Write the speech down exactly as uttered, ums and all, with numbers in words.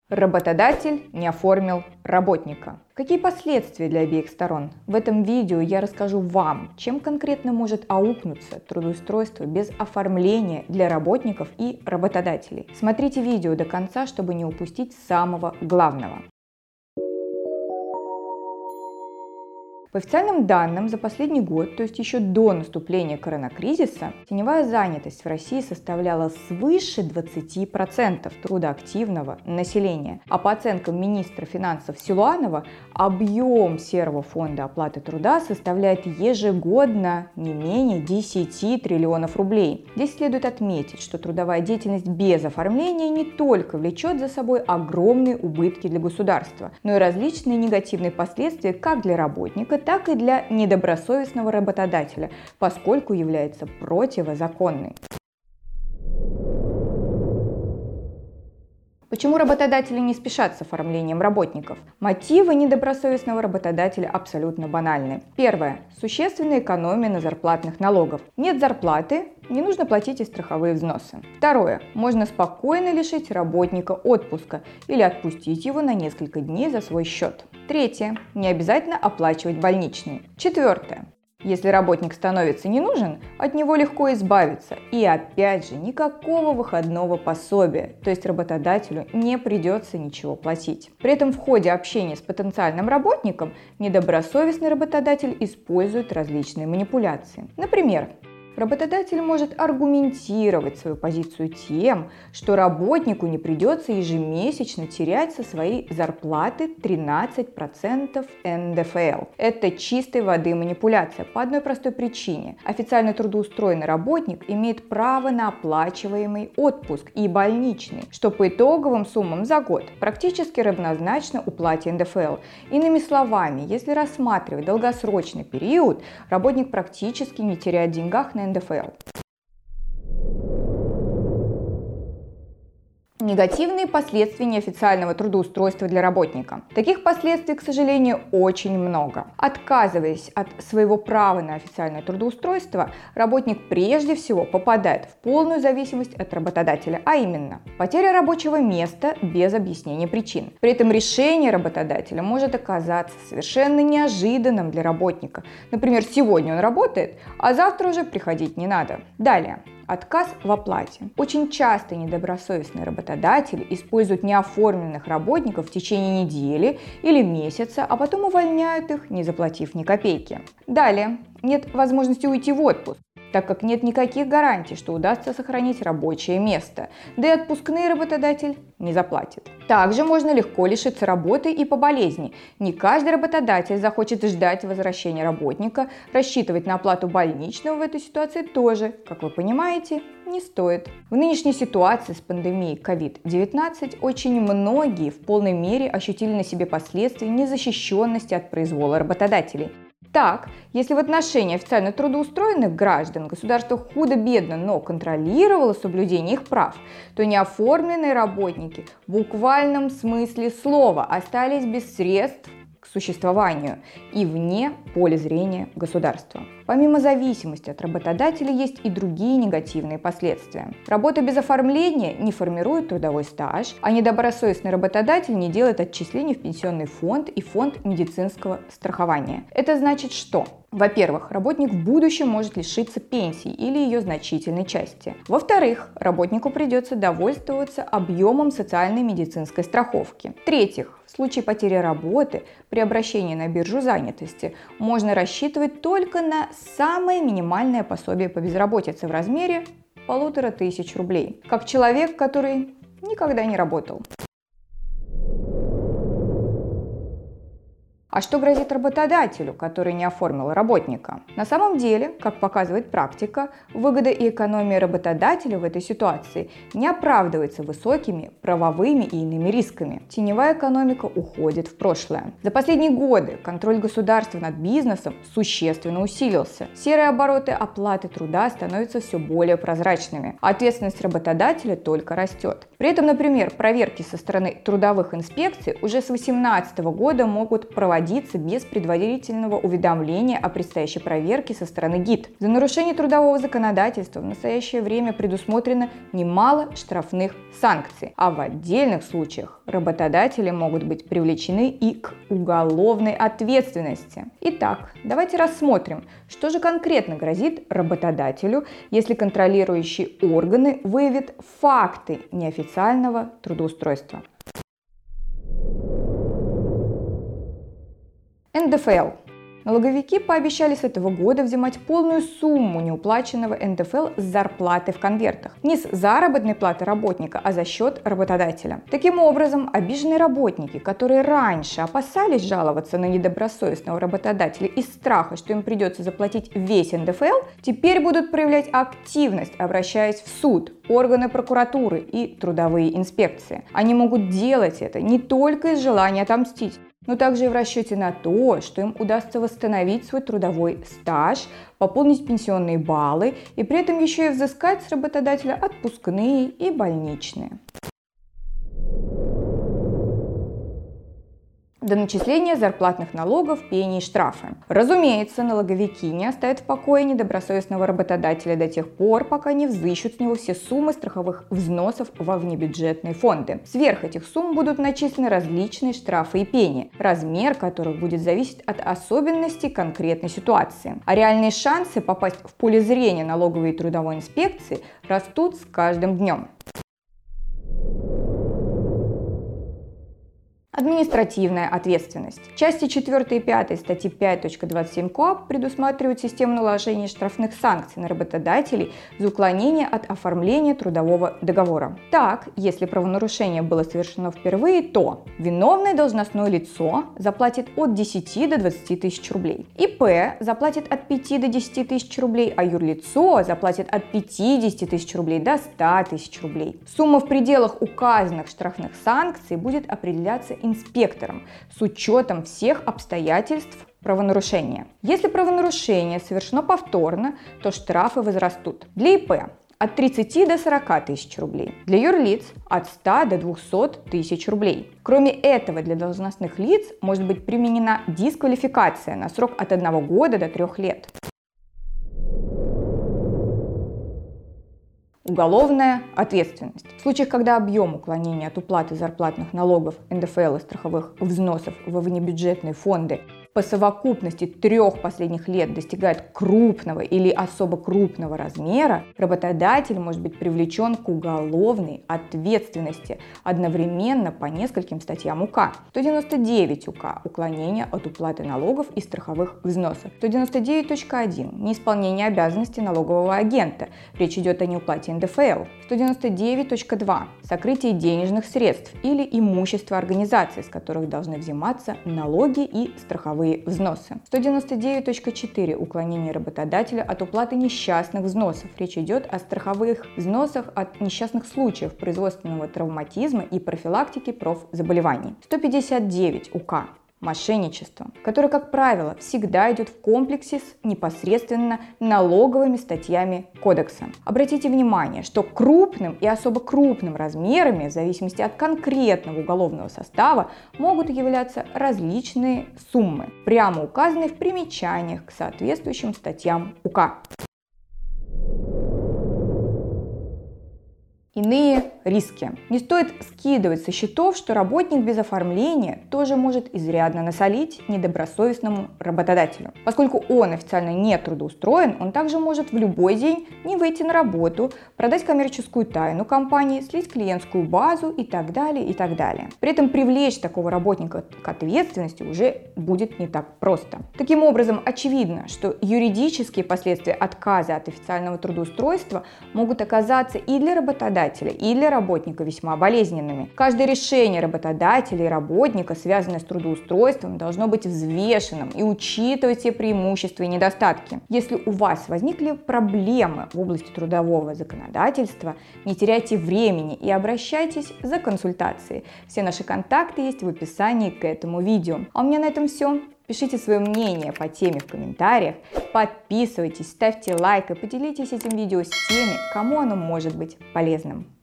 Работодатель не оформил работника. Какие последствия для обеих сторон? В этом видео я расскажу вам, чем конкретно может аукнуться трудоустройство без оформления для работников и работодателей. Смотрите видео до конца, чтобы не упустить самого главного. По официальным данным, за последний год, то есть еще до наступления коронакризиса, теневая занятость в России составляла свыше двадцати процентов трудоактивного населения. А по оценкам министра финансов Силуанова, объем серого фонда оплаты труда составляет ежегодно не менее десяти триллионов рублей. Здесь следует отметить, что трудовая деятельность без оформления не только влечет за собой огромные убытки для государства, но и различные негативные последствия как для работника, так и для недобросовестного работодателя, поскольку является противозаконной. Почему работодатели не спешат с оформлением работников? Мотивы недобросовестного работодателя абсолютно банальны. Первое. Существенная экономия на зарплатных налогах. Нет зарплаты, не нужно платить и страховые взносы. Второе. Можно спокойно лишить работника отпуска или отпустить его на несколько дней за свой счет. Третье. Не обязательно оплачивать больничные. Четвертое. Если работник становится не нужен, от него легко избавиться. И опять же, никакого выходного пособия, то есть работодателю не придется ничего платить. При этом в ходе общения с потенциальным работником недобросовестный работодатель использует различные манипуляции. Например, работодатель может аргументировать свою позицию тем, что работнику не придется ежемесячно терять со своей зарплаты тринадцать процентов эн дэ эф эл. Это чистой воды манипуляция по одной простой причине. Официально трудоустроенный работник имеет право на оплачиваемый отпуск и больничный, что по итоговым суммам за год практически равнозначно уплате эн дэ эф эл. Иными словами, если рассматривать долгосрочный период, работник практически не теряет в деньгах на эн дэ эф эл. Негативные последствия неофициального трудоустройства для работника. Таких последствий, к сожалению, очень много. Отказываясь от своего права на официальное трудоустройство, работник прежде всего попадает в полную зависимость от работодателя, а именно потеря рабочего места без объяснения причин. При этом решение работодателя может оказаться совершенно неожиданным для работника. Например, сегодня он работает, а завтра уже приходить не надо. Далее. Отказ в оплате. Очень часто недобросовестные работодатели используют неоформленных работников в течение недели или месяца, а потом увольняют их, не заплатив ни копейки. Далее. Нет возможности уйти в отпуск, так как нет никаких гарантий, что удастся сохранить рабочее место, да и отпускные работодатель не заплатит. Также можно легко лишиться работы и по болезни. Не каждый работодатель захочет ждать возвращения работника, рассчитывать на оплату больничного в этой ситуации тоже, как вы понимаете, не стоит. В нынешней ситуации с пандемией ковид девятнадцать очень многие в полной мере ощутили на себе последствия незащищенности от произвола работодателей. Так, если в отношении официально трудоустроенных граждан государство худо-бедно, но контролировало соблюдение их прав, то неоформленные работники в буквальном смысле слова остались без средств к существованию и вне поля зрения государства. Помимо зависимости от работодателя есть и другие негативные последствия. Работа без оформления не формирует трудовой стаж, а недобросовестный работодатель не делает отчислений в пенсионный фонд и фонд медицинского страхования. Это значит что? Во-первых, работник в будущем может лишиться пенсии или ее значительной части. Во-вторых, работнику придется довольствоваться объемом социальной медицинской страховки. В-третьих, в случае потери работы при обращении на биржу занятости можно рассчитывать только на самое минимальное пособие по безработице в размере полутора тысяч рублей, как человек, который никогда не работал. А что грозит работодателю, который не оформил работника? На самом деле, как показывает практика, выгода и экономия работодателя в этой ситуации не оправдывается высокими правовыми и иными рисками. Теневая экономика уходит в прошлое. За последние годы контроль государства над бизнесом существенно усилился. Серые обороты оплаты труда становятся все более прозрачными, а ответственность работодателя только растет. При этом, например, проверки со стороны трудовых инспекций уже с две тысячи восемнадцатого года могут проводиться проводиться без предварительного уведомления о предстоящей проверке со стороны ГИТ. За нарушение трудового законодательства в настоящее время предусмотрено немало штрафных санкций, а в отдельных случаях работодатели могут быть привлечены и к уголовной ответственности. Итак, давайте рассмотрим, что же конкретно грозит работодателю, если контролирующие органы выявят факты неофициального трудоустройства. эн дэ эф эл. Налоговики пообещали с этого года взимать полную сумму неуплаченного эн дэ эф эл с зарплаты в конвертах. Не с заработной платы работника, а за счет работодателя. Таким образом, обиженные работники, которые раньше опасались жаловаться на недобросовестного работодателя из страха, что им придется заплатить весь эн дэ эф эл, теперь будут проявлять активность, обращаясь в суд, органы прокуратуры и трудовые инспекции. Они могут делать это не только из желания отомстить, но также и в расчете на то, что им удастся восстановить свой трудовой стаж, пополнить пенсионные баллы и при этом еще и взыскать с работодателя отпускные и больничные. До начисления зарплатных налогов, пений и штрафы. Разумеется, налоговики не оставят в покое недобросовестного работодателя до тех пор, пока не взыщут с него все суммы страховых взносов во внебюджетные фонды. Сверх этих сумм будут начислены различные штрафы и пени, размер которых будет зависеть от особенностей конкретной ситуации. А реальные шансы попасть в поле зрения налоговой и трудовой инспекции растут с каждым днем. Административная ответственность. Части четвёртой и пятой статьи пять точка двадцать семь КоАП предусматривают систему наложения штрафных санкций на работодателей за уклонение от оформления трудового договора. Так, если правонарушение было совершено впервые, то виновное должностное лицо заплатит от десяти до двадцати тысяч рублей, и пэ заплатит от пяти до десяти тысяч рублей, а юрлицо заплатит от пятидесяти тысяч рублей до ста тысяч рублей. Сумма в пределах указанных штрафных санкций будет определяться инспектором с учетом всех обстоятельств правонарушения. Если правонарушение совершено повторно, то штрафы возрастут. Для и пэ от тридцати до сорока тысяч рублей, для юрлиц от ста до двухсот тысяч рублей. Кроме этого, для должностных лиц может быть применена дисквалификация на срок от одного года до трех лет. Уголовная ответственность. В случаях, когда объем уклонения от уплаты зарплатных налогов, эн дэ эф эл и страховых взносов во внебюджетные фонды по совокупности трех последних лет достигает крупного или особо крупного размера, работодатель может быть привлечен к уголовной ответственности одновременно по нескольким статьям УК. сто девяносто девять УК – уклонение от уплаты налогов и страховых взносов. сто девяносто девять точка один – неисполнение обязанностей налогового агента. Речь идет о неуплате эн дэ эф эл. сто девяносто девять точка два – сокрытие денежных средств или имущества организаций, с которых должны взиматься налоги и страховые взносы. сто девяносто девять точка четыре – уклонение работодателя от уплаты несчастных взносов. Речь идет о страховых взносах от несчастных случаев производственного травматизма и профилактики профзаболеваний. сто пятьдесят девять УК – мошенничество, которое, как правило, всегда идет в комплексе с непосредственно налоговыми статьями кодекса. Обратите внимание, что крупным и особо крупным размерами, в зависимости от конкретного уголовного состава, могут являться различные суммы, прямо указанные в примечаниях к соответствующим статьям УК. Иные риски. Не стоит скидывать со счетов, что работник без оформления тоже может изрядно насолить недобросовестному работодателю. Поскольку он официально не трудоустроен, он также может в любой день не выйти на работу, продать коммерческую тайну компании, слить клиентскую базу и так далее, и так далее. При этом привлечь такого работника к ответственности уже будет не так просто. Таким образом, очевидно, что юридические последствия отказа от официального трудоустройства могут оказаться и для работодателя, и для работника весьма болезненными. Каждое решение работодателя и работника, связанное с трудоустройством, должно быть взвешенным и учитывать все преимущества и недостатки. Если у вас возникли проблемы в области трудового законодательства, не теряйте времени и обращайтесь за консультацией. Все наши контакты есть в описании к этому видео. А у меня на этом все. Пишите свое мнение по теме в комментариях, подписывайтесь, ставьте лайк и поделитесь этим видео с теми, кому оно может быть полезным.